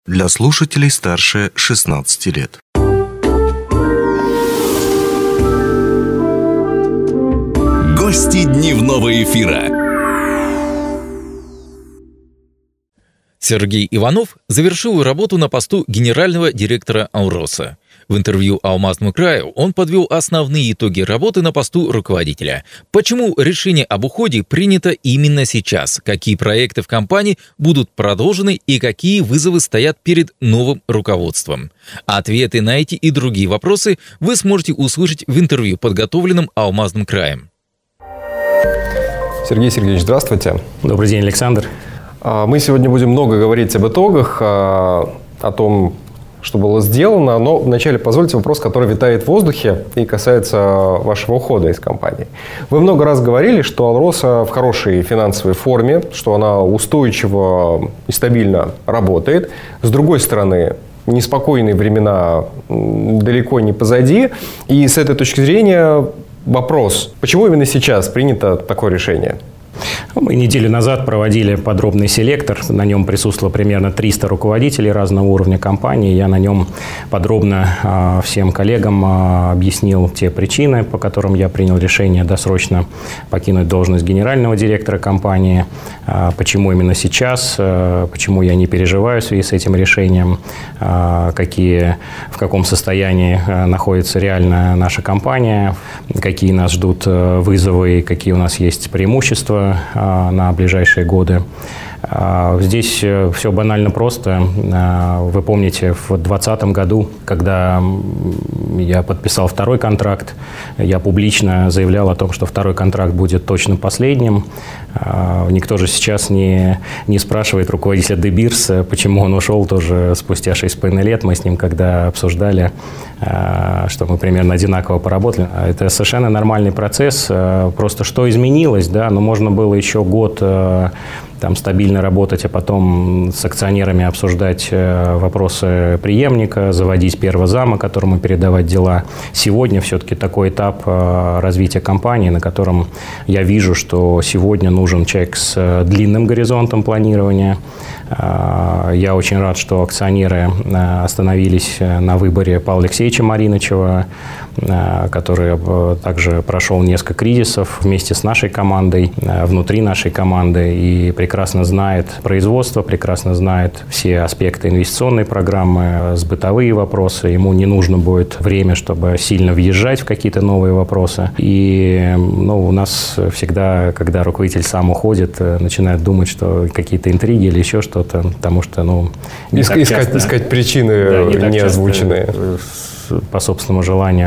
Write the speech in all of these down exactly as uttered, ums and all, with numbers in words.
Для слушателей старше шестнадцати лет. Гости дневного эфира. Сергей Иванов завершил работу на посту генерального директора «Алроса». В интервью «Алмазному краю» он подвел основные итоги работы на посту руководителя. Почему решение об уходе принято именно сейчас, какие проекты в компании будут продолжены и какие вызовы стоят перед новым руководством. Ответы на эти и другие вопросы вы сможете услышать в интервью, подготовленном «Алмазным краем». Сергей Сергеевич, здравствуйте. Добрый день, Александр. Мы сегодня будем много говорить об итогах, о том, что было сделано, но вначале позвольте вопрос, который витает в воздухе и касается вашего ухода из компании. Вы много раз говорили, что «Алроса» в хорошей финансовой форме, что она устойчиво и стабильно работает. С другой стороны, неспокойные времена далеко не позади. И с этой точки зрения вопрос, почему именно сейчас принято такое решение? Мы неделю назад проводили подробный селектор. На нем присутствовало примерно триста руководителей разного уровня компании. Я на нем подробно э, всем коллегам э, объяснил те причины, по которым я принял решение досрочно покинуть должность генерального директора компании. Э, почему именно сейчас, э, почему я не переживаю в связи с этим решением, э, какие, в каком состоянии э, находится реально наша компания, какие нас ждут э, вызовы, какие у нас есть преимущества на ближайшие годы. Здесь все банально просто. Вы помните, в две тысячи двадцатом году, когда я подписал второй контракт, я публично заявлял о том, что второй контракт будет точно последним. Никто же сейчас не, не спрашивает руководителя де Бирс, почему он ушел тоже спустя шесть с половиной лет. Мы с ним когда обсуждали, что мы примерно одинаково поработали. Это совершенно нормальный процесс. Просто что изменилось, да, но можно было еще год там стабильно работать, а потом с акционерами обсуждать вопросы преемника, заводить первого зама, которому передавать дела. Сегодня все-таки такой этап развития компании, на котором я вижу, что сегодня нужен человек с длинным горизонтом планирования. Я очень рад, что акционеры остановились на выборе Павла Алексеевича Маринычева, который также прошел несколько кризисов вместе с нашей командой, внутри нашей команды, и прекрасно знает производство, прекрасно знает все аспекты инвестиционной программы, бытовые вопросы. Ему не нужно будет время, чтобы сильно въезжать в какие-то новые вопросы. И ну, у нас всегда, когда руководитель сам уходит, начинает думать, что какие-то интриги или еще что-то, потому что, ну, не Иск, так искать, часто, искать причины, да, не, не озвученные. По собственному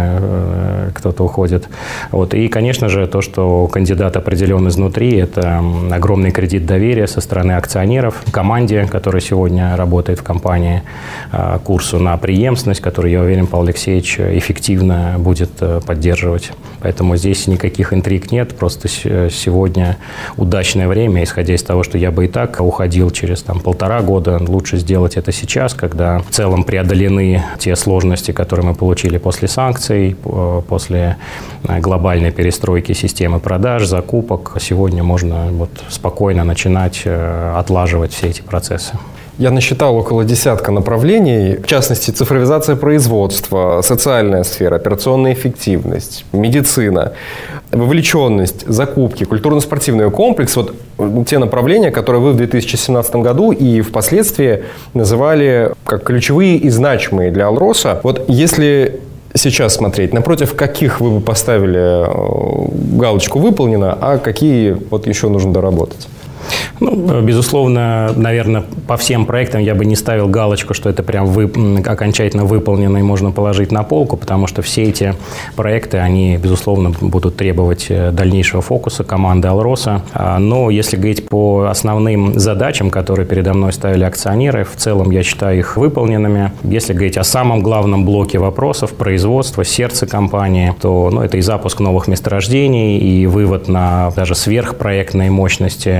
желанию кто-то уходит. Вот. И, конечно же, то, что кандидат определен изнутри, это огромный кредит доверия со стороны акционеров, команде, которая сегодня работает в компании, курсу на преемственность, который, я уверен, Павел Алексеевич эффективно будет поддерживать. Поэтому здесь никаких интриг нет, просто сегодня удачное время, исходя из того, что я бы и так уходил через там, полтора года, лучше сделать это сейчас, когда в целом преодолены те сложности, которые мы получили после санкций, после глобальной перестройки системы продаж, закупок. Сегодня можно вот спокойно начинать отлаживать все эти процессы. Я насчитал около десятка направлений, в частности, цифровизация производства, социальная сфера, операционная эффективность, медицина, вовлеченность, закупки, культурно-спортивный комплекс. Вот те направления, которые вы в две тысячи семнадцатом году и впоследствии называли как ключевые и значимые для «Алроса». Вот если сейчас смотреть, напротив каких вы бы поставили галочку «выполнено», а какие вот еще нужно доработать? Ну, безусловно, наверное, по всем проектам я бы не ставил галочку, что это прям вы, окончательно выполнено и можно положить на полку, потому что все эти проекты, они, безусловно, будут требовать дальнейшего фокуса команды «Алроса». Но если говорить по основным задачам, которые передо мной ставили акционеры, в целом я считаю их выполненными. Если говорить о самом главном блоке вопросов, производство, сердце компании, то ну, это и запуск новых месторождений, и вывод на даже сверхпроектные мощности, и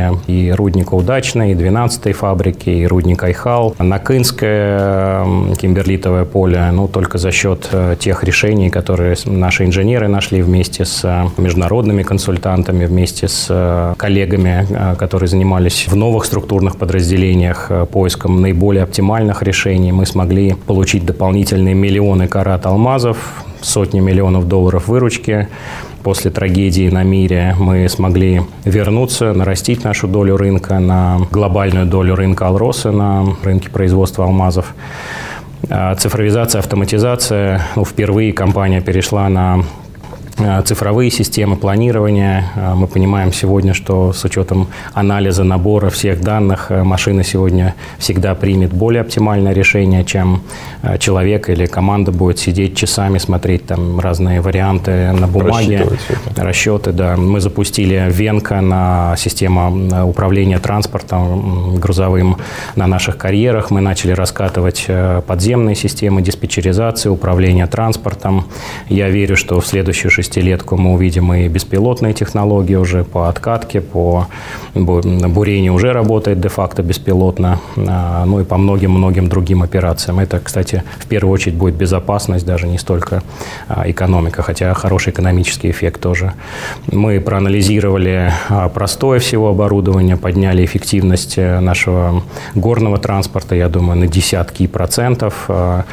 и рудника Удачный, и двенадцатой фабрики, и рудник Айхал, Накынское кимберлитовое поле. Ну, только за счет тех решений, которые наши инженеры нашли вместе с международными консультантами, вместе с коллегами, которые занимались в новых структурных подразделениях поиском наиболее оптимальных решений, мы смогли получить дополнительные миллионы карат алмазов, сотни миллионов долларов выручки. После трагедии на мире мы смогли вернуться, нарастить нашу долю рынка на глобальную долю рынка Алроса на рынке производства алмазов. Цифровизация, автоматизация. Ну, впервые компания перешла на цифровые системы планирования. Мы понимаем сегодня, что с учетом анализа, набора всех данных, машина сегодня всегда примет более оптимальное решение, чем человек или команда будет сидеть часами, смотреть там разные варианты на бумаге, расчеты. Да. Мы запустили Венка на систему управления транспортом грузовым на наших карьерах. Мы начали раскатывать подземные системы диспетчеризации, управления транспортом. Я верю, что в следующую шестилетку мы увидим и беспилотные технологии уже по откатке, по бурению уже работает де-факто беспилотно, ну и по многим-многим другим операциям. Это, кстати, в первую очередь будет безопасность, даже не столько экономика, хотя хороший экономический эффект тоже. Мы проанализировали простое всего оборудования, подняли эффективность нашего горного транспорта, я думаю, на десятки процентов.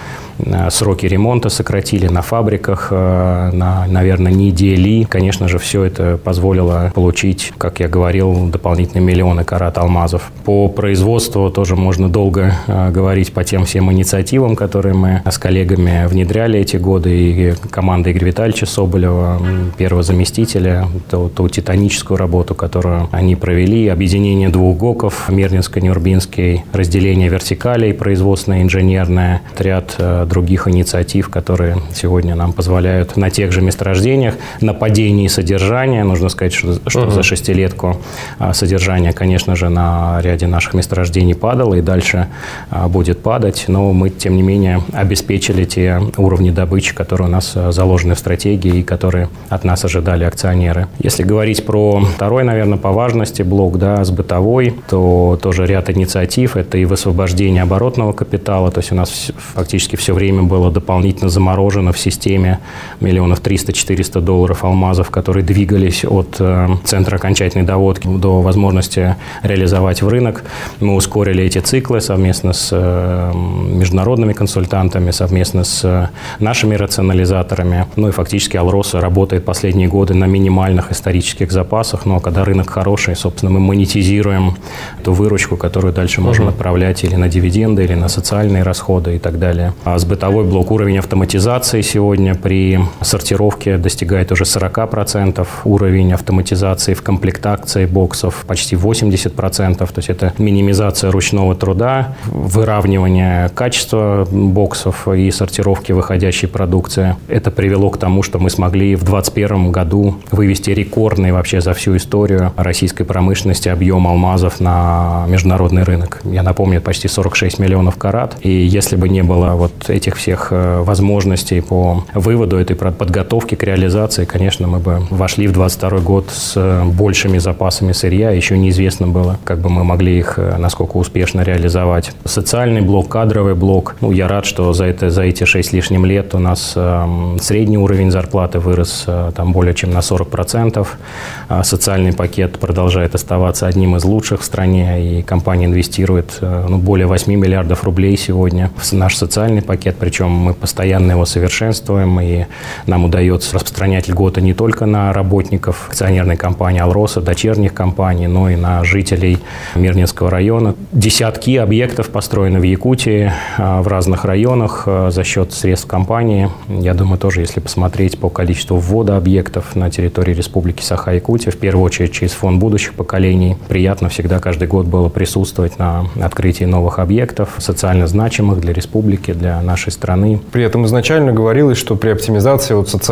Сроки ремонта сократили на фабриках, на, наверное, недели. Конечно же, все это позволило получить, как я говорил, дополнительные миллионы карат алмазов. По производству тоже можно долго говорить по тем всем инициативам, которые мы с коллегами внедряли эти годы. И команда Игоря Витальевича Соболева, первого заместителя, ту, ту титаническую работу, которую они провели. Объединение двух ГОКов, Мирнинско-Нюрбинский, разделение вертикалей, производственное, инженерное, ряд других инициатив, которые сегодня нам позволяют на тех же месторождениях, на падении содержания, нужно сказать, что, что uh-huh. за шестилетку содержание, конечно же, на ряде наших месторождений падало и дальше будет падать, но мы, тем не менее, обеспечили те уровни добычи, которые у нас заложены в стратегии и которые от нас ожидали акционеры. Если говорить про второй, наверное, по важности блок, да, с бытовой, то тоже ряд инициатив, это и высвобождение оборотного капитала, то есть у нас фактически все время было дополнительно заморожено в системе миллионов триста-четыреста долларов алмазов, которые двигались от э, центра окончательной доводки до возможности реализовать в рынок. Мы ускорили эти циклы совместно с э, международными консультантами, совместно с э, нашими рационализаторами. Ну и фактически Алроса работает последние годы на минимальных исторических запасах, но когда рынок хороший, собственно, мы монетизируем ту выручку, которую дальше можем uh-huh. отправлять или на дивиденды, или на социальные расходы и так далее. А с бытовой блок уровень автоматизации сегодня при сортировке достигает уже сорок процентов. Уровень автоматизации в комплектации боксов почти восемьдесят процентов. То есть это минимизация ручного труда, выравнивание качества боксов и сортировки выходящей продукции. Это привело к тому, что мы смогли в двадцать первом году вывести рекордный вообще за всю историю российской промышленности объем алмазов на международный рынок. Я напомню, почти сорок шесть миллионов карат. И если бы не было вот этих всех возможностей по выводу этой подготовки к реализации, конечно, мы бы вошли в двадцать второй год с большими запасами сырья. Еще неизвестно было, как бы мы могли их, насколько успешно реализовать. Социальный блок, кадровый блок. Ну, я рад, что за, это, за эти шесть с лишним лет у нас э, средний уровень зарплаты вырос э, там, более чем на сорок процентов. Э, социальный пакет продолжает оставаться одним из лучших в стране, и компания инвестирует э, ну, более восемь миллиардов рублей сегодня в наш социальный пакет. Причем мы постоянно его совершенствуем, и нам удается распространять льготы не только на работников акционерной компании «Алроса», дочерних компаний, но и на жителей Мирнинского района. Десятки объектов построены в Якутии, в разных районах за счет средств компании. Я думаю, тоже, если посмотреть по количеству ввода объектов на территории Республики Саха-Якутия, в первую очередь через фонд будущих поколений, приятно всегда каждый год было присутствовать на открытии новых объектов, социально значимых для республики, для нашей страны. При этом изначально говорилось, что при оптимизации вот социалка,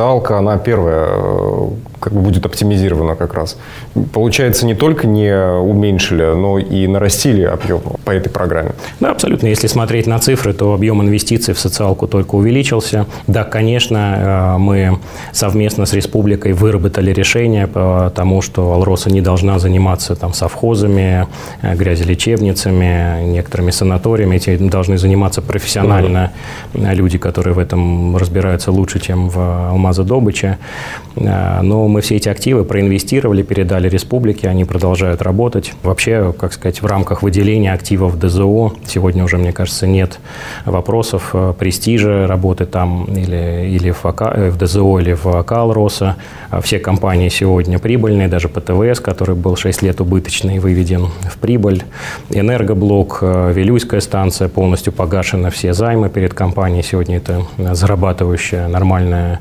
она первая как бы будет оптимизирована как раз. Получается, не только не уменьшили, но и нарастили объем по этой программе. Да, абсолютно. Если смотреть на цифры, то объем инвестиций в социалку только увеличился. Да, конечно, мы совместно с республикой выработали решение по тому, что «Алроса» не должна заниматься там совхозами, грязелечебницами, некоторыми санаториями. Этим должны заниматься профессионально mm-hmm. люди, которые в этом разбираются лучше, чем в алмазодобыче. Но мы все эти активы проинвестировали, передали республике, они продолжают работать. Вообще, как сказать, в рамках выделения активов ДЗО сегодня уже, мне кажется, нет вопросов престижа работы там или, или в, АК, в ДЗО, или в АК «Алроса». Все компании сегодня прибыльные, даже ПТВС, который был шесть лет убыточный, выведен в прибыль. Энергоблок, Вилюйская станция полностью погашена, все займы перед компанией. Сегодня это зарабатывающая, нормальная,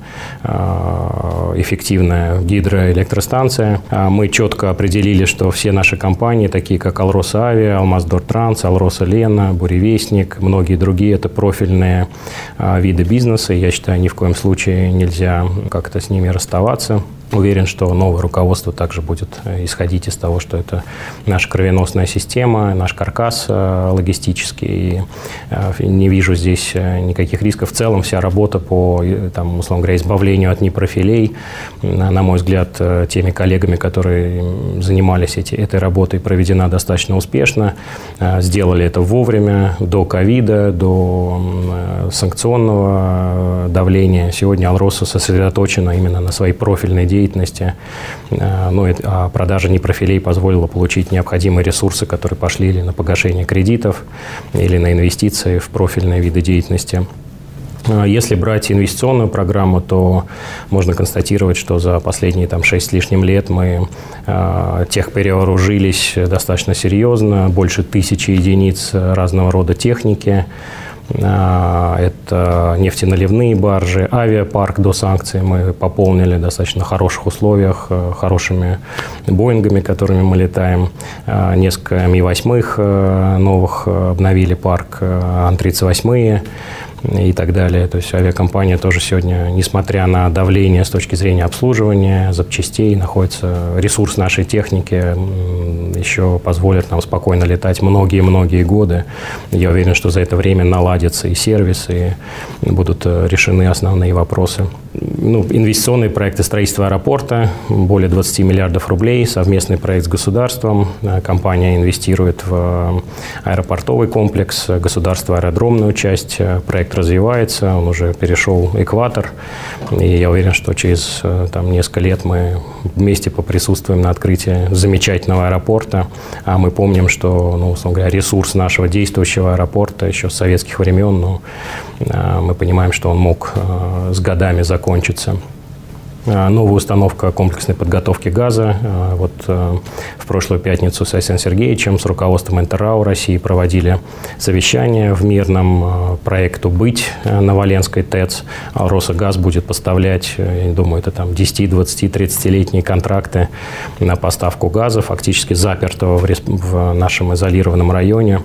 эффективная гидроэлектростанция. Мы четко определили, что все наши компании, такие как «Алроса Авиа», «Алмаздортранс», «Алроса Лена», «Буревестник», многие другие, это профильные виды бизнеса. Я считаю, ни в коем случае нельзя как-то с ними расставаться. Уверен, что новое руководство также будет исходить из того, что это наша кровеносная система, наш каркас логистический. И не вижу здесь никаких рисков. В целом вся работа по, там, условно говоря, избавлению от непрофилей, на мой взгляд, теми коллегами, которые занимались эти, этой работой, проведена достаточно успешно. Сделали это вовремя, до ковида, до санкционного давления. Сегодня «Алроса» сосредоточена именно на своей профильной деятельности. деятельности. Ну, а продажа непрофилей позволила получить необходимые ресурсы, которые пошли или на погашение кредитов, или на инвестиции в профильные виды деятельности. Если брать инвестиционную программу, то можно констатировать, что за последние там, шесть с лишним лет мы э, техперевооружились достаточно серьезно, больше тысячи единиц разного рода техники. Это нефтеналивные баржи, авиапарк до санкций мы пополнили в достаточно хороших условиях, хорошими Боингами, которыми мы летаем. Несколько Ми восемь новых обновили парк, Ан тридцать восемь и так далее. То есть авиакомпания тоже сегодня, несмотря на давление с точки зрения обслуживания, запчастей, находится ресурс нашей техники, еще позволит нам спокойно летать многие-многие годы. Я уверен, что за это время наладится и сервис, и будут решены основные вопросы. Ну, инвестиционные проекты строительства аэропорта, более двадцать миллиардов рублей, совместный проект с государством. Компания инвестирует в аэропортовый комплекс, государство аэродромную часть. Проект развивается, он уже перешел экватор. И я уверен, что через там, несколько лет мы вместе поприсутствуем на открытии замечательного аэропорта. А мы помним, что, ну, условно говоря, ресурс нашего действующего аэропорта еще с советских времен, ну, мы понимаем, что он мог с годами закончиться. Новая установка комплексной подготовки газа. Вот в прошлую пятницу с Александром Сергеевичем, с руководством НТРАО России проводили совещание в Мирном проекту «Быть» на Воленской ТЭЦ. «Росгаз» будет поставлять, я думаю, это там десять, двадцать, тридцатилетние контракты на поставку газа, фактически запертого в, респ... в нашем изолированном районе.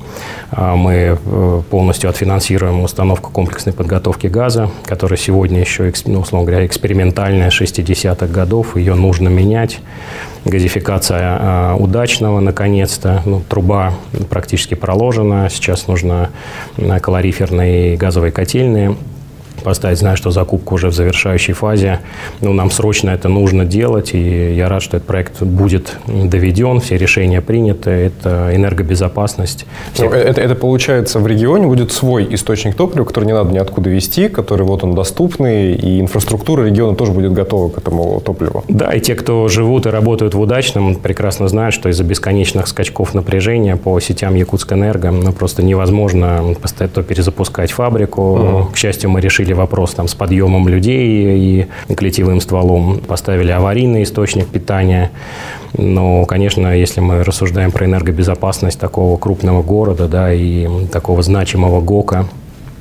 Мы полностью отфинансируем установку комплексной подготовки газа, которая сегодня еще, ну, условно говоря, экспериментальная, шестидесятых годов, ее нужно менять. Газификация э, удачного, наконец-то. Ну, труба практически проложена. Сейчас нужно калориферные газовые котельные поставить. Знаю, что закупка уже в завершающей фазе. Ну, нам срочно это нужно делать, и я рад, что этот проект будет доведен, все решения приняты. Это энергобезопасность. Все... Это, это, получается, в регионе будет свой источник топлива, который не надо ниоткуда везти, который вот он доступный, и инфраструктура региона тоже будет готова к этому топливу. Да, и те, кто живут и работают в Удачном, прекрасно знают, что из-за бесконечных скачков напряжения по сетям Якутскэнерго, ну, просто невозможно постоянно то перезапускать фабрику. Mm-hmm. К счастью, мы решили вопрос там, с подъемом людей и клетевым стволом. Поставили аварийный источник питания. Но, конечно, если мы рассуждаем про энергобезопасность такого крупного города, да, и такого значимого ГОКа,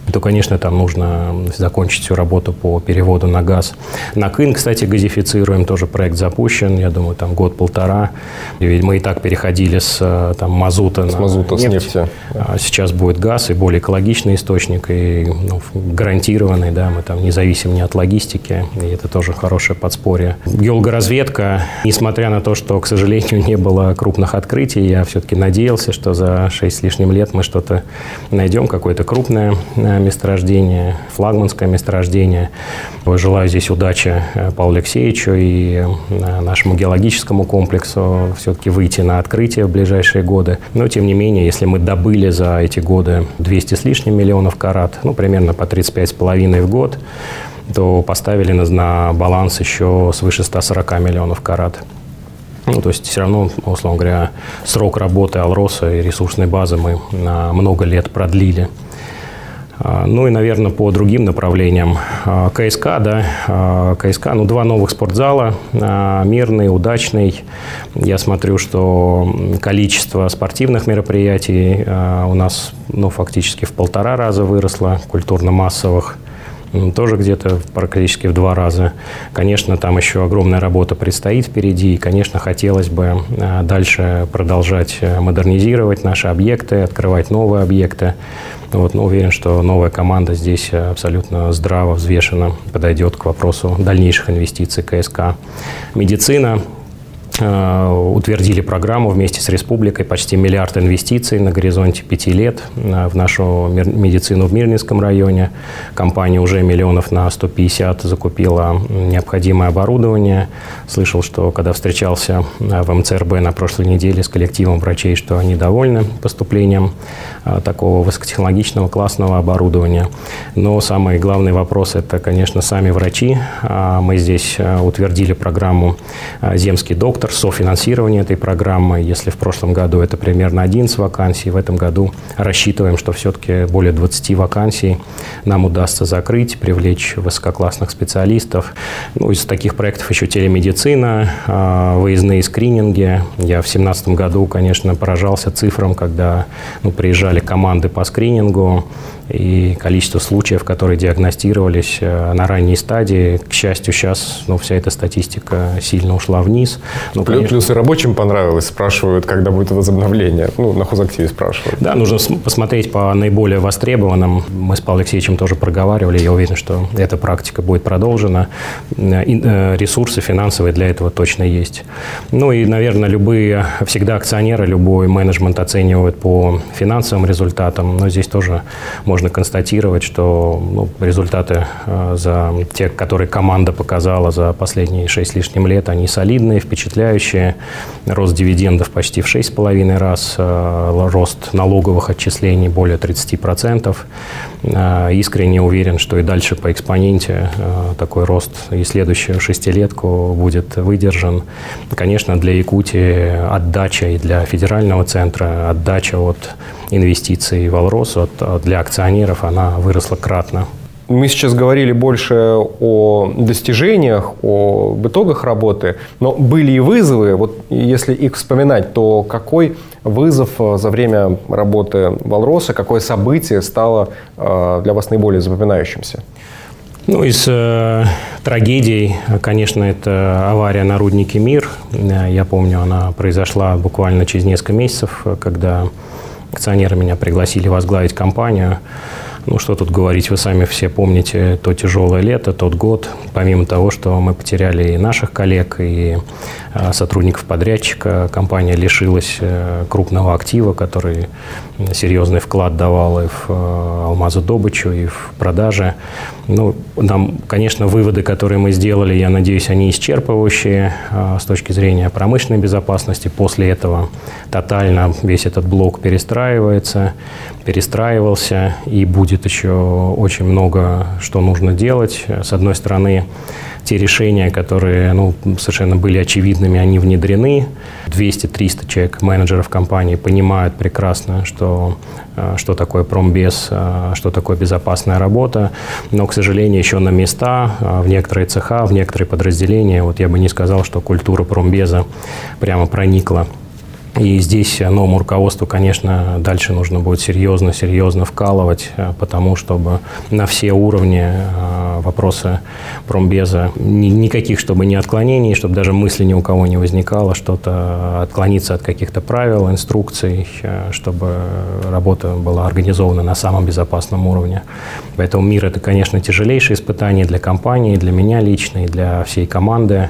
то, конечно, там нужно закончить всю работу по переводу на газ. На Кын, кстати, газифицируем, тоже проект запущен, я думаю, там год-полтора. Ведь мы и так переходили с там, мазута с на мазута, нефть. С нефти. А сейчас будет газ и более экологичный источник, и ну, гарантированный, да, мы там не зависим ни от логистики, и это тоже хорошее подспорье. Геологоразведка, несмотря на то, что, к сожалению, не было крупных открытий, я все-таки надеялся, что за шесть с лишним лет мы что-то найдем, какое-то крупное месторождение, флагманское месторождение. Желаю здесь удачи Павлу Алексеевичу и нашему геологическому комплексу все-таки выйти на открытие в ближайшие годы. Но, тем не менее, если мы добыли за эти годы двести с лишним миллионов карат, ну, примерно по тридцать пять с половиной в год, то поставили на, на баланс еще свыше ста сорока миллионов карат. Ну, то есть все равно, условно говоря, срок работы Алроса и ресурсной базы мы на много лет продлили. Ну и, наверное, по другим направлениям. КСК, да, КСК, ну, два новых спортзала, Мирный, Удачный. Я смотрю, что количество спортивных мероприятий у нас, ну, фактически в полтора раза выросло, культурно-массовых. Тоже где-то практически в два раза. Конечно, там еще огромная работа предстоит впереди. И, конечно, хотелось бы дальше продолжать модернизировать наши объекты, открывать новые объекты. Вот, но уверен, что новая команда здесь абсолютно здраво, взвешенно подойдет к вопросу дальнейших инвестиций КСК. Медицина. Утвердили программу вместе с республикой, почти миллиард инвестиций на горизонте пяти лет в нашу медицину в Мирнинском районе. Компания уже миллионов на сто пятьдесят закупила необходимое оборудование. Слышал, что когда встречался в МЦРБ на прошлой неделе с коллективом врачей, что они довольны поступлением такого высокотехнологичного классного оборудования. Но самый главный вопрос – это, конечно, сами врачи. Мы здесь утвердили программу «Земский доктор», софинансирование этой программы. Если в прошлом году это примерно одиннадцать вакансий, в этом году рассчитываем, что все-таки более двадцати вакансий нам удастся закрыть, привлечь высококлассных специалистов. Ну, из таких проектов еще телемедицина, выездные скрининги. Я в две тысячи семнадцатом году, конечно, поражался цифрам, когда ну, приезжали команды по скринингу, и количество случаев, которые диагностировались на ранней стадии. К счастью, сейчас ну, вся эта статистика сильно ушла вниз. Ну, плюс, конечно... плюс и рабочим понравилось, спрашивают, когда будет возобновление. Ну, на хозактиве спрашивают. Да, нужно посмотреть по наиболее востребованным. Мы с Павлом Алексеевичем тоже проговаривали. Я уверен, что эта практика будет продолжена. Ресурсы финансовые для этого точно есть. Ну и, наверное, любые, всегда акционеры, любой менеджмент оценивают по финансовым результатам. Но здесь тоже можно Можно констатировать, что ну, результаты э, за те, которые команда показала за последние шесть с лишним лет, они солидные, впечатляющие. Рост дивидендов почти в шесть с половиной раз, э, рост налоговых отчислений более тридцати процентов. Э, искренне уверен, что и дальше по экспоненте э, такой рост и следующую шестилетку будет выдержан. Конечно, для Якутии отдача и для федерального центра отдача от инвестиций в Алрос, от, для акционеров, она выросла кратно. Мы сейчас говорили больше о достижениях, об итогах работы, но были и вызовы. Вот если их вспоминать, то какой вызов за время работы в Алросе, какое событие стало для вас наиболее запоминающимся? Ну, из э, трагедий, конечно, это авария на руднике «Мир». Я помню, она произошла буквально через несколько месяцев, когда акционеры меня пригласили возглавить компанию. Ну, что тут говорить, вы сами все помните то тяжелое лето, тот год. Помимо того, что мы потеряли и наших коллег, и э, сотрудников подрядчика, компания лишилась э, крупного актива, который серьезный вклад давал и в э, алмазодобычу, и в продаже. Ну, нам, конечно, выводы, которые мы сделали, я надеюсь, они исчерпывающие э, с точки зрения промышленной безопасности. После этого тотально весь этот блок перестраивается, перестраивался, и будет еще очень много что нужно делать. С одной стороны, те решения, которые ну, совершенно были очевидными, они внедрены. двести-триста человек, менеджеров компании, понимают прекрасно, что, что такое промбез, что такое безопасная работа. Но, к сожалению, еще на места, в некоторые цеха, в некоторые подразделения, вот я бы не сказал, что культура промбеза прямо проникла И здесь новому руководству, конечно, дальше нужно будет серьезно-серьезно вкалывать, потому чтобы на все уровни вопросы промбеза, никаких, чтобы не отклонений, чтобы даже мысли ни у кого не возникало, что-то отклониться от каких-то правил, инструкций, чтобы работа была организована на самом безопасном уровне. Поэтому мир – это, конечно, тяжелейшее испытание для компании, для меня лично и для всей команды.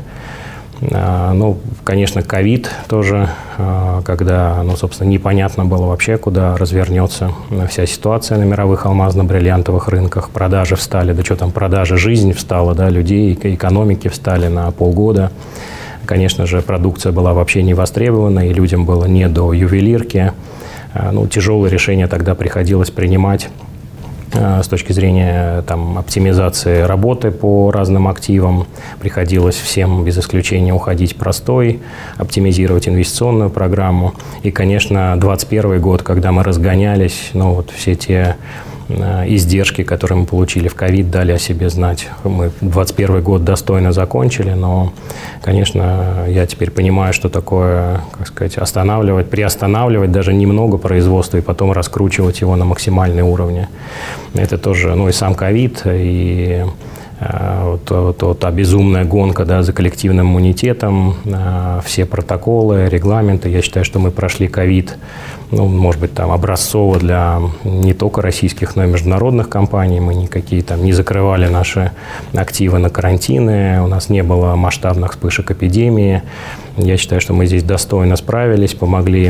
Ну, конечно, ковид тоже, когда, ну, собственно, непонятно было вообще, куда развернется вся ситуация на мировых алмазно-бриллиантовых рынках. Продажи встали, да что там продажи, жизнь встала, да, людей, экономики встали на полгода. Конечно же, продукция была вообще не востребована, и людям было не до ювелирки. Ну, тяжелые решения тогда приходилось принимать с точки зрения там, оптимизации работы по разным активам. Приходилось всем без исключения уходить простой, оптимизировать инвестиционную программу. И, конечно, двадцать первый год, когда мы разгонялись, ну, вот все те издержки, которые мы получили в ковид, дали о себе знать. Мы двадцать первый год достойно закончили, но, конечно, я теперь понимаю, что такое, как сказать, останавливать, приостанавливать даже немного производства и потом раскручивать его на максимальные уровни. Это тоже, ну, и сам ковид, и Вот, вот, вот та безумная гонка, да, за коллективным иммунитетом, все протоколы, регламенты. Я считаю, что мы прошли ковид, ну, может быть, там образцово для не только российских, но и международных компаний. Мы никакие там не закрывали наши активы на карантины, у нас не было масштабных вспышек эпидемии. Я считаю, что мы здесь достойно справились, помогли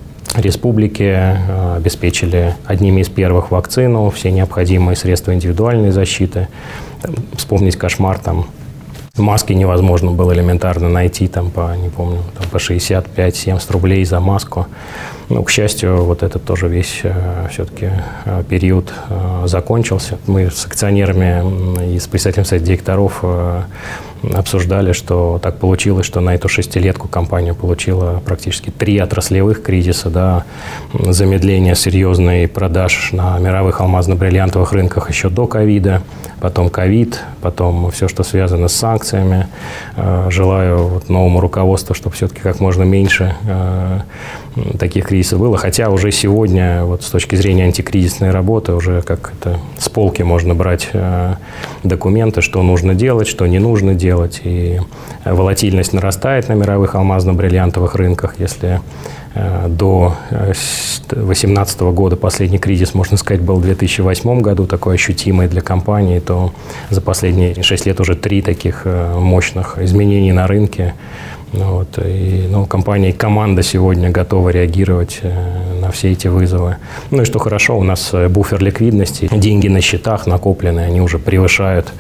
республике, обеспечили одними из первых вакцину, все необходимые средства индивидуальной защиты. Там, вспомнить кошмар, там маски невозможно было элементарно найти, там по, не помню, там, по шестьдесят пять - семьдесят рублей за маску. Ну, к счастью, вот этот тоже весь э, все-таки э, период э, закончился. Мы с акционерами и с председателем совета директоров э, обсуждали, что так получилось, что на эту шестилетку компания получила практически три отраслевых кризиса, да, замедление серьезной продаж на мировых алмазно-бриллиантовых рынках еще до ковида, потом ковид, потом все, что связано с санкциями. Э, желаю вот новому руководству, чтобы все-таки как можно меньше э, таких кризисов было, хотя уже сегодня вот с точки зрения антикризисной работы уже как это с полки можно брать э, документы, что нужно делать, что не нужно делать, и волатильность нарастает на мировых алмазно-бриллиантовых рынках. Если э, до две тысячи восемнадцатого года последний кризис, можно сказать, был в две тысячи восьмом году, такой ощутимый для компании, то за последние шесть лет уже три таких э, мощных изменений на рынке. Вот, и, ну, компания и команда сегодня готовы реагировать э, на все эти вызовы. Ну и что хорошо, у нас буфер ликвидности, деньги на счетах накопленные, они уже превышают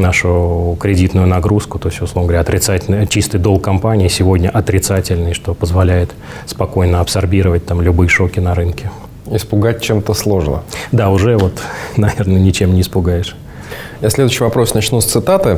нашу кредитную нагрузку. То есть, условно говоря, отрицательный, чистый долг компании сегодня отрицательный, что позволяет спокойно абсорбировать там любые шоки на рынке. Испугать чем-то сложно. Да, уже вот, наверное, ничем не испугаешь. Я следующий вопрос начну с цитаты.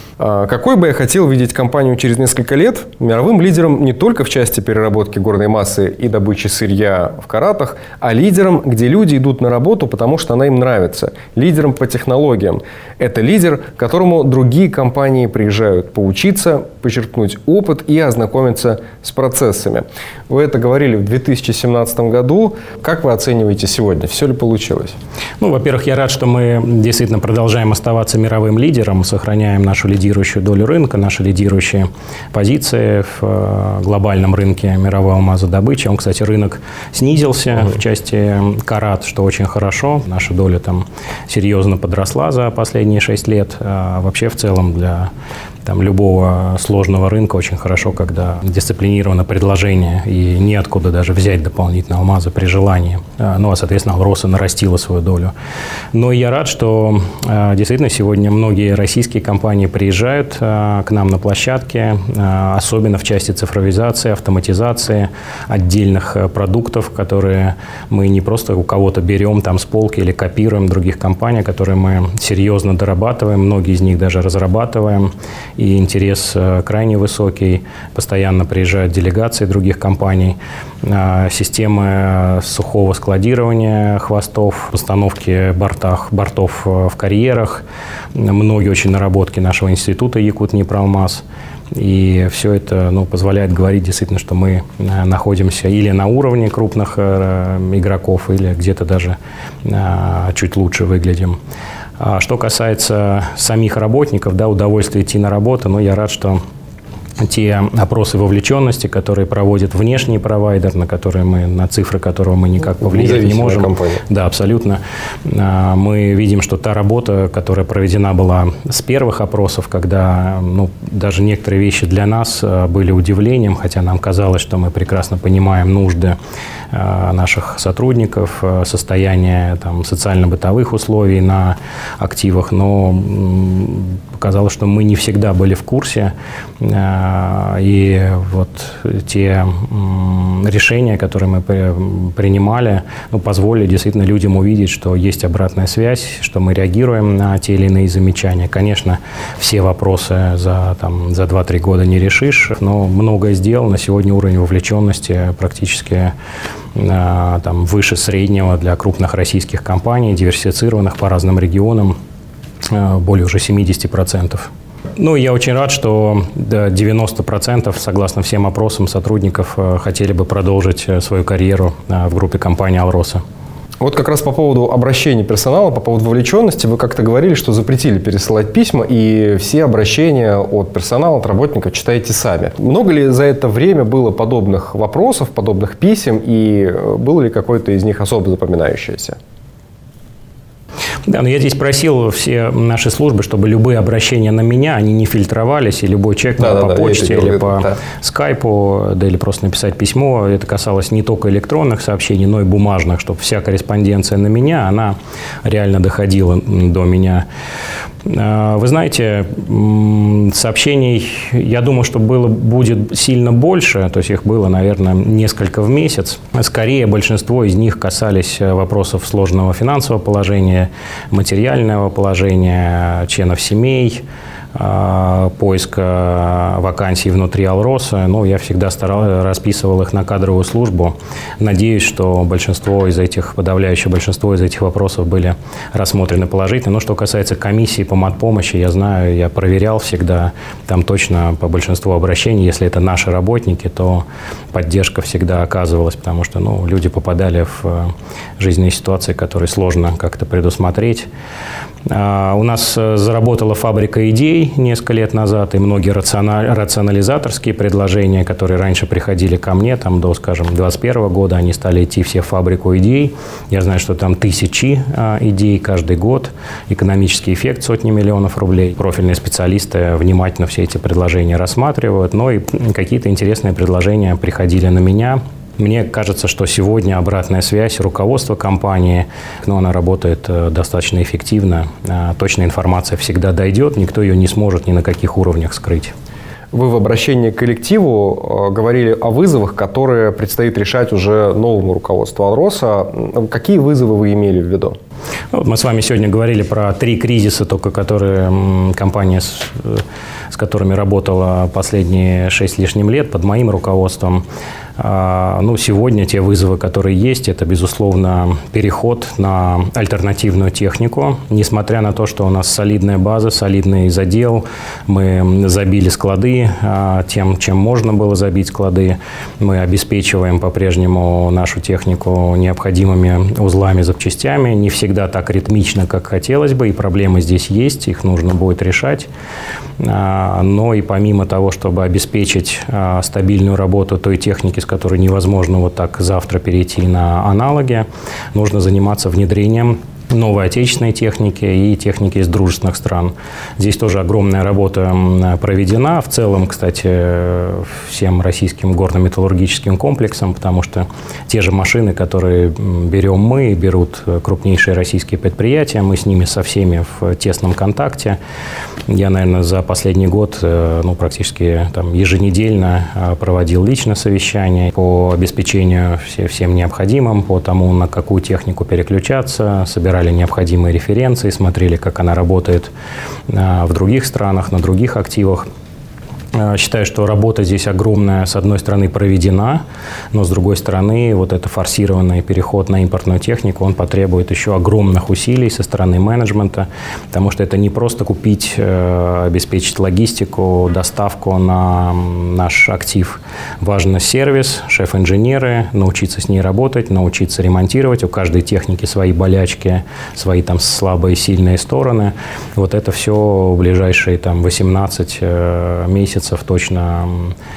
Какой бы я хотел видеть компанию через несколько лет? Мировым лидером не только в части переработки горной массы и добычи сырья в каратах, а лидером, где люди идут на работу, потому что она им нравится. Лидером по технологиям. Это лидер, к которому другие компании приезжают поучиться, почерпнуть опыт и ознакомиться с процессами. Вы это говорили в две тысячи семнадцатом году. Как вы оцениваете сегодня? Все ли получилось? Ну, во-первых, я рад, что мы действительно продолжаем оставаться мировым лидером, сохраняем нашу лидерскую лидирующую долю рынка, наши лидирующие позиции в глобальном рынке мировой алмазодобычи. Он, кстати, рынок снизился uh-huh. в части карат, что очень хорошо. Наша доля там серьезно подросла за последние шесть лет. А вообще, в целом, для там, любого сложного рынка очень хорошо, когда дисциплинировано предложение и неоткуда даже взять дополнительные алмазы при желании. Ну, а, соответственно, Алроса нарастила свою долю. Но я рад, что действительно сегодня многие российские компании приезжают к нам на площадке, особенно в части цифровизации, автоматизации отдельных продуктов, которые мы не просто у кого-то берем там с полки или копируем других компаний, которые мы серьезно дорабатываем, многие из них даже разрабатываем. И интерес крайне высокий. Постоянно приезжают делегации других компаний. Системы сухого складирования хвостов, установки бортах, бортов в карьерах. Многие очень наработки нашего института Якутнепроалмаз. И все это, ну, позволяет говорить действительно, что мы находимся или на уровне крупных игроков, или где-то даже чуть лучше выглядим. А что касается самих работников, да, удовольствие идти на работу, ну, я рад, что те опросы вовлеченности, которые проводит внешний провайдер, на которые мы, на цифры которого мы никак повлиять не можем. Компания. Да, абсолютно. Мы видим, что та работа, которая проведена была с первых опросов, когда, ну, даже некоторые вещи для нас были удивлением, хотя нам казалось, что мы прекрасно понимаем нужды наших сотрудников, состояние там социально-бытовых условий на активах, но показалось, что мы не всегда были в курсе. И вот те решения, которые мы принимали, ну, позволили действительно людям увидеть, что есть обратная связь, что мы реагируем на те или иные замечания. Конечно, все вопросы за, там, за два-три года не решишь, но многое сделано. Сегодня уровень вовлеченности практически там, выше среднего для крупных российских компаний, диверсифицированных по разным регионам, более уже семьдесят процентов. Ну, я очень рад, что девяносто процентов, согласно всем опросам сотрудников, хотели бы продолжить свою карьеру в группе компании «Алроса». Вот как раз по поводу обращения персонала, по поводу вовлеченности, вы как-то говорили, что запретили пересылать письма, и все обращения от персонала, от работников читаете сами. Много ли за это время было подобных вопросов, подобных писем, и было ли какое-то из них особо запоминающееся? Да, но я здесь просил все наши службы, чтобы любые обращения на меня, они не фильтровались, и любой человек да, по да, почте или говорю, по да. скайпу, да, или просто написать письмо. Это касалось не только электронных сообщений, но и бумажных, чтобы вся корреспонденция на меня, она реально доходила до меня. Вы знаете, сообщений, я думаю, что было, будет сильно больше, то есть их было, наверное, несколько в месяц. Скорее, большинство из них касались вопросов сложного финансового положения, материального положения членов семей, поиска вакансий внутри «Алроса». Ну, я всегда старал, расписывал их на кадровую службу. Надеюсь, что большинство из этих, подавляющее большинство из этих вопросов были рассмотрены положительно. Но что касается комиссии по матпомощи, я знаю, я проверял всегда, там точно по большинству обращений, если это наши работники, то поддержка всегда оказывалась, потому что, ну, люди попадали в жизненные ситуации, которые сложно как-то предусмотреть. У нас заработала фабрика идей несколько лет назад, и многие рационализаторские предложения, которые раньше приходили ко мне, там, до, скажем, двадцать первого года, они стали идти все в фабрику идей. Я знаю, что там тысячи идей каждый год, экономический эффект сотни миллионов рублей. Профильные специалисты внимательно все эти предложения рассматривают, но и какие-то интересные предложения приходили на меня. Мне кажется, что сегодня обратная связь руководства компании, ну, она работает достаточно эффективно. Точная информация всегда дойдет, никто ее не сможет ни на каких уровнях скрыть. Вы в обращении к коллективу говорили о вызовах, которые предстоит решать уже новому руководству «Алроса». Какие вызовы вы имели в виду? Мы с вами сегодня говорили про три кризиса, только которые компания, с, с которыми работала последние шесть с лишним лет под моим руководством. Ну, сегодня те вызовы, которые есть, это, безусловно, переход на альтернативную технику. Несмотря на то, что у нас солидная база, солидный задел, мы забили склады тем, чем можно было забить склады. Мы обеспечиваем по-прежнему нашу технику необходимыми узлами, запчастями. Не всегда так ритмично, как хотелось бы, и проблемы здесь есть, их нужно будет решать. Но и помимо того, чтобы обеспечить стабильную работу той техники, с которой невозможно вот так завтра перейти на аналоги, нужно заниматься внедрением новой отечественной техники и техники из дружественных стран. Здесь тоже огромная работа проведена. В целом, кстати, всем российским горно-металлургическим комплексом, потому что те же машины, которые берем мы, берут крупнейшие российские предприятия, мы с ними со всеми в тесном контакте. Я, наверное, за последний год ну, практически там, еженедельно проводил лично совещания по обеспечению всем необходимым, по тому, на какую технику переключаться, собирали необходимые референции, смотрели, как она работает в других странах, на других активах. Считаю, что работа здесь огромная, с одной стороны, проведена, но с другой стороны, вот это форсированный переход на импортную технику, он потребует еще огромных усилий со стороны менеджмента, потому что это не просто купить, обеспечить логистику, доставку на наш актив. Важен сервис, шеф-инженеры, научиться с ней работать, научиться ремонтировать. У каждой техники свои болячки, свои там слабые и сильные стороны. Вот это все в ближайшие там восемнадцать месяцев точно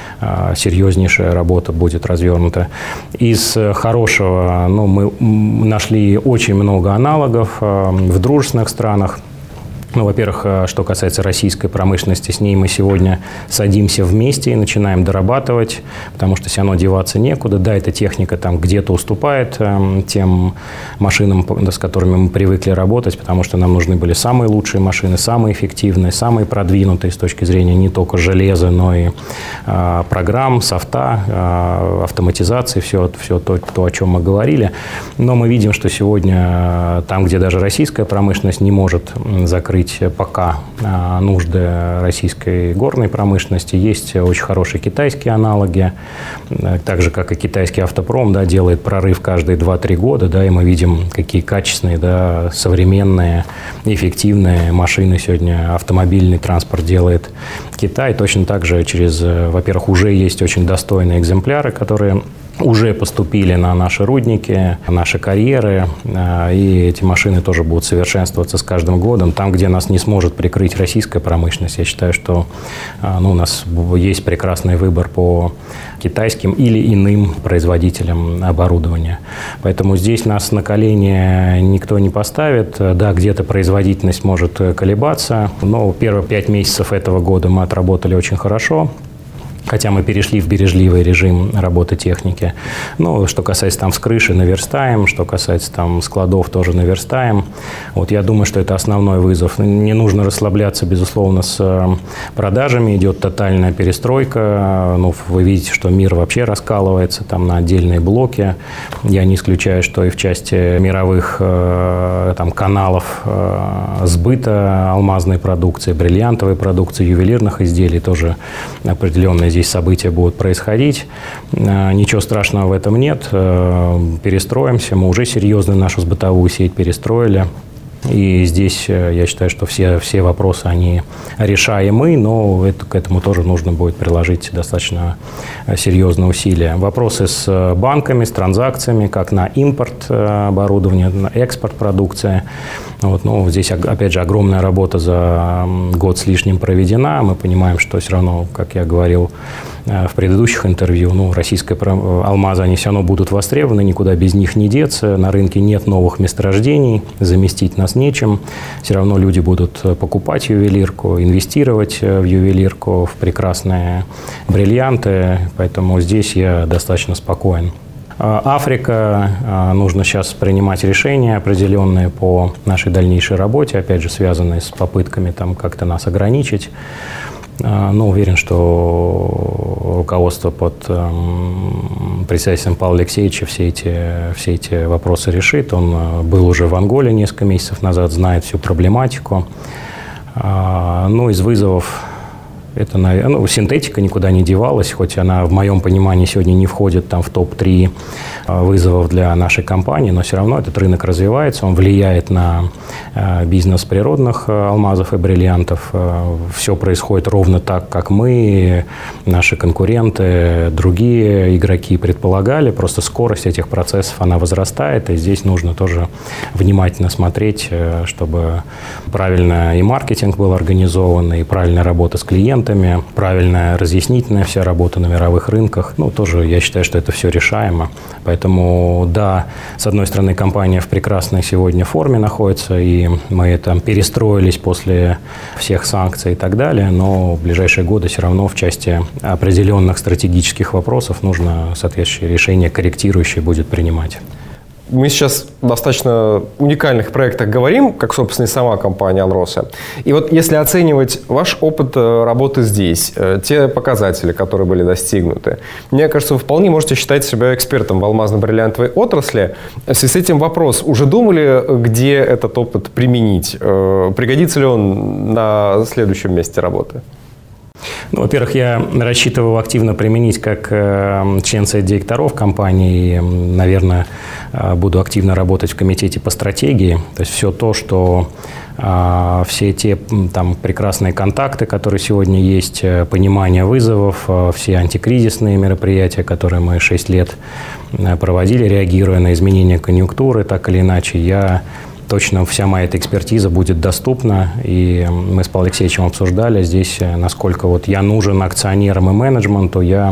э, серьезнейшая работа будет развернута. Из хорошего, ну, мы нашли очень много аналогов э, в дружественных странах. Ну, во-первых, что касается российской промышленности, с ней мы сегодня садимся вместе и начинаем дорабатывать, потому что все равно деваться некуда. Да, эта техника там где-то уступает э, тем машинам, с которыми мы привыкли работать, потому что нам нужны были самые лучшие машины, самые эффективные, самые продвинутые с точки зрения не только железа, но и э, программ, софта, э, автоматизации, все, все то, то, о чем мы говорили. Но мы видим, что сегодня там, где даже российская промышленность не может закрыть пока нужды российской горной промышленности. Есть очень хорошие китайские аналоги, так же, как и китайский автопром, да, делает прорыв каждые два-три года, да, и мы видим, какие качественные, да, современные, эффективные машины сегодня автомобильный транспорт делает Китай. Точно так же через, во-первых, уже есть очень достойные экземпляры, которые уже поступили на наши рудники, наши карьеры, и эти машины тоже будут совершенствоваться с каждым годом. Там, где нас не сможет прикрыть российская промышленность, я считаю, что ну, у нас есть прекрасный выбор по китайским или иным производителям оборудования. Поэтому здесь нас на колени никто не поставит. Да, где-то производительность может колебаться, но первые пять месяцев этого года мы отработали очень хорошо. Хотя мы перешли в бережливый режим работы техники. Ну, что касается там с крыши, наверстаем. Что касается там складов, тоже наверстаем. Вот я думаю, что это основной вызов. Не нужно расслабляться, безусловно, с продажами. Идет тотальная перестройка. Ну, вы видите, что мир вообще раскалывается там на отдельные блоки. Я не исключаю, что и в части мировых э, там, каналов э, сбыта алмазной продукции, бриллиантовой продукции, ювелирных изделий тоже определенные здесь события будут происходить. Ничего страшного в этом нет. Перестроимся. Мы уже серьезно нашу сбытовую сеть перестроили. И здесь я считаю, что все, все вопросы, они решаемы, но это, к этому тоже нужно будет приложить достаточно серьезные усилия. Вопросы с банками, с транзакциями, как на импорт оборудования, на экспорт продукции. Вот, ну, здесь, опять же, огромная работа за год с лишним проведена. Мы понимаем, что все равно, как я говорил в предыдущих интервью, ну, российские алмазы, они все равно будут востребованы, никуда без них не деться. На рынке нет новых месторождений, заместить нас нечем. Все равно люди будут покупать ювелирку, инвестировать в ювелирку, в прекрасные бриллианты. Поэтому здесь я достаточно спокоен. Африка. Нужно сейчас принимать решения определенные по нашей дальнейшей работе, опять же, связанные с попытками там как-то нас ограничить. Но уверен, что руководство под председательством Павла Алексеевича все эти, все эти вопросы решит. Он был уже в Анголе несколько месяцев назад, знает всю проблематику. Ну, из вызовов это, ну, синтетика никуда не девалась, хоть она, в моем понимании, сегодня не входит там в топ три вызовов для нашей компании, но все равно этот рынок развивается, он влияет на бизнес природных алмазов и бриллиантов. Все происходит ровно так, как мы, наши конкуренты, другие игроки предполагали, просто скорость этих процессов, она возрастает, и здесь нужно тоже внимательно смотреть, чтобы правильно и маркетинг был организован, и правильная работа с клиентами, правильная разъяснительная вся работа на мировых рынках. Ну, тоже я считаю, что это все решаемо. Поэтому, да, с одной стороны, компания в прекрасной сегодня форме находится, и мы там перестроились после всех санкций и так далее, но в ближайшие годы все равно в части определенных стратегических вопросов нужно соответствующие решения, корректирующие будет принимать. Мы сейчас о достаточно уникальных проектах говорим, как, собственно, и сама компания «Алроса». И вот если оценивать ваш опыт работы здесь, те показатели, которые были достигнуты, мне кажется, вы вполне можете считать себя экспертом в алмазно-бриллиантовой отрасли. В связи с этим вопрос, уже думали, где этот опыт применить? Пригодится ли он на следующем месте работы? Ну, во-первых, я рассчитывал активно применить как э, член совета директоров компании. И, наверное, э, буду активно работать в комитете по стратегии. То есть все то, что э, все те там прекрасные контакты, которые сегодня есть, понимание вызовов, э, все антикризисные мероприятия, которые мы шесть лет проводили, реагируя на изменения конъюнктуры, так или иначе, я... Точно вся моя эта экспертиза будет доступна, и мы с Павлом Алексеевичем обсуждали здесь, насколько вот я нужен акционерам и менеджменту, я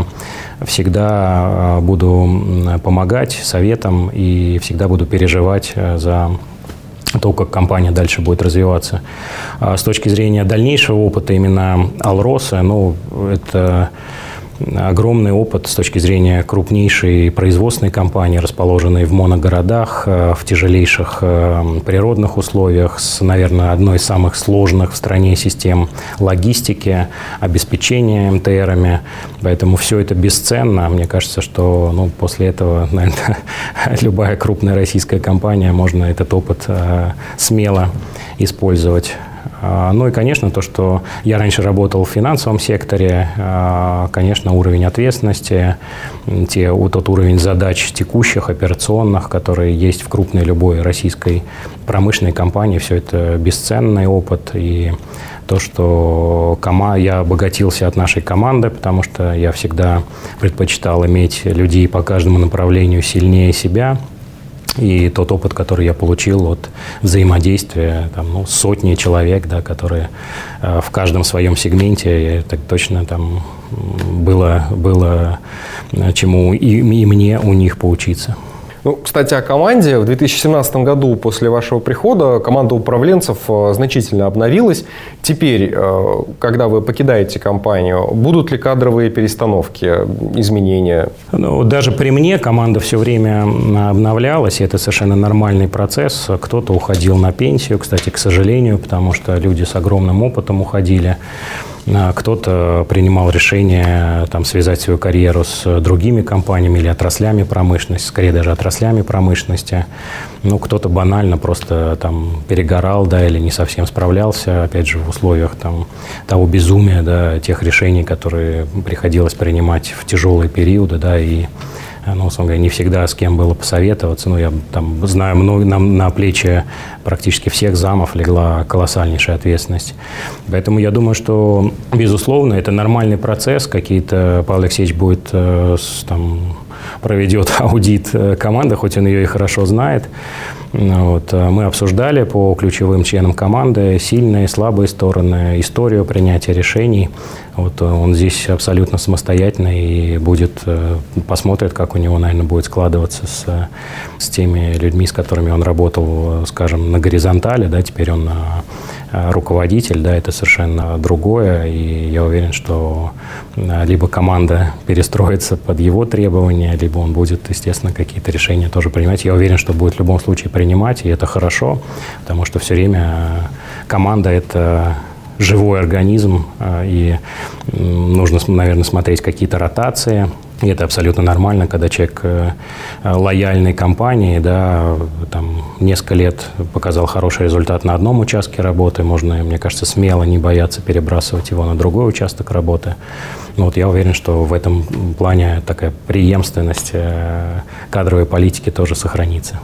всегда буду помогать советам и всегда буду переживать за то, как компания дальше будет развиваться. С точки зрения дальнейшего опыта именно Алроса, ну, это... огромный опыт с точки зрения крупнейшей производственной компании, расположенной в моногородах, в тяжелейших природных условиях, с, наверное, одной из самых сложных в стране систем логистики, обеспечения эм тэ эрами. Поэтому все это бесценно. Мне кажется, что ну, после этого, наверное, любая крупная российская компания, можно этот опыт э, смело использовать. Ну и, конечно, то, что я раньше работал в финансовом секторе, конечно, уровень ответственности, те, тот уровень задач текущих, операционных, которые есть в крупной любой российской промышленной компании, все это бесценный опыт. И то, что я обогатился от нашей команды, потому что я всегда предпочитал иметь людей по каждому направлению сильнее себя. И тот опыт, который я получил от взаимодействия там, ну, сотни человек, да, которые э, в каждом своем сегменте, так точно там было, было чему и, и мне у них поучиться. Ну, кстати, о команде. В две тысячи семнадцатом году после вашего прихода команда управленцев значительно обновилась. Теперь, когда вы покидаете компанию, будут ли кадровые перестановки, изменения? Ну, даже при мне команда все время обновлялась, и это совершенно нормальный процесс. Кто-то уходил на пенсию, кстати, к сожалению, потому что люди с огромным опытом уходили. Кто-то принимал решение там, связать свою карьеру с другими компаниями или отраслями промышленности, скорее даже отраслями промышленности. Ну, кто-то банально просто там, перегорал, да, или не совсем справлялся, опять же, в условиях там, того безумия, да, тех решений, которые приходилось принимать в тяжелые периоды, да, и ну, говоря, не всегда с кем было посоветоваться. Ну, я там знаю, много, на, на плечи практически всех замов легла колоссальнейшая ответственность. Поэтому я думаю, что, безусловно, это нормальный процесс. Какие-то Павел Алексеевич будет там, проведет аудит команды, хоть он ее и хорошо знает. Вот. Мы обсуждали по ключевым членам команды сильные, слабые стороны, историю принятия решений. Вот он здесь абсолютно самостоятельный и будет, посмотрит, как у него, наверное, будет складываться с, с теми людьми, с которыми он работал, скажем, на горизонтали. Да, теперь он руководитель, да, это совершенно другое. И я уверен, что либо команда перестроится под его требования, либо он будет, естественно, какие-то решения тоже принимать. Я уверен, что будет в любом случае принимать, и это хорошо, потому что все время команда – это живой организм, и нужно, наверное, смотреть какие-то ротации. И это абсолютно нормально, когда человек лояльной компании, да, там, несколько лет показал хороший результат на одном участке работы, можно, мне кажется, смело не бояться перебрасывать его на другой участок работы. Но вот я уверен, что в этом плане такая преемственность кадровой политики тоже сохранится.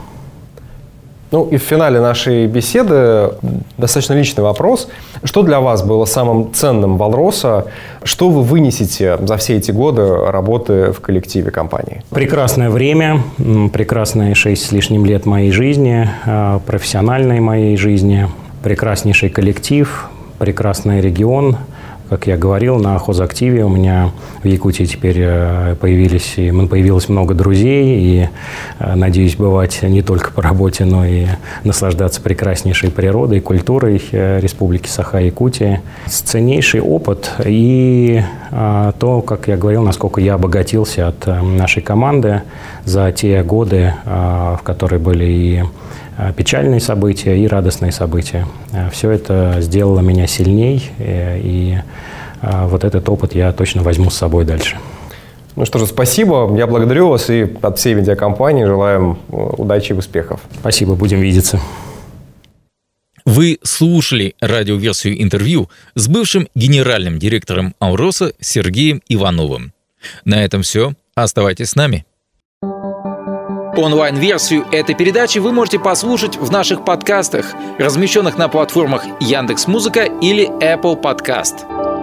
Ну и в финале нашей беседы достаточно личный вопрос. Что для вас было самым ценным в Алроса? Что вы вынесете за все эти годы работы в коллективе компании? Прекрасное время, прекрасные шесть с лишним лет моей жизни, профессиональной моей жизни, прекраснейший коллектив, прекрасный регион. Как я говорил, на хозактиве у меня в Якутии теперь появились, и появилось много друзей, и надеюсь бывать не только по работе, но и наслаждаться прекраснейшей природой, культурой Республики Саха-Якутия. Ценнейший опыт и то, как я говорил, насколько я обогатился от нашей команды за те годы, в которые были и печальные события и радостные события. Все это сделало меня сильней, и вот этот опыт я точно возьму с собой дальше. Ну что же, спасибо. Я благодарю вас и от всей медиакомпании желаем удачи и успехов. Спасибо, будем видеться. Вы слушали радиоверсию интервью с бывшим генеральным директором Ауроса Сергеем Ивановым. На этом все. Оставайтесь с нами. Онлайн-версию этой передачи вы можете послушать в наших подкастах, размещенных на платформах Яндекс.Музыка или Apple Podcast.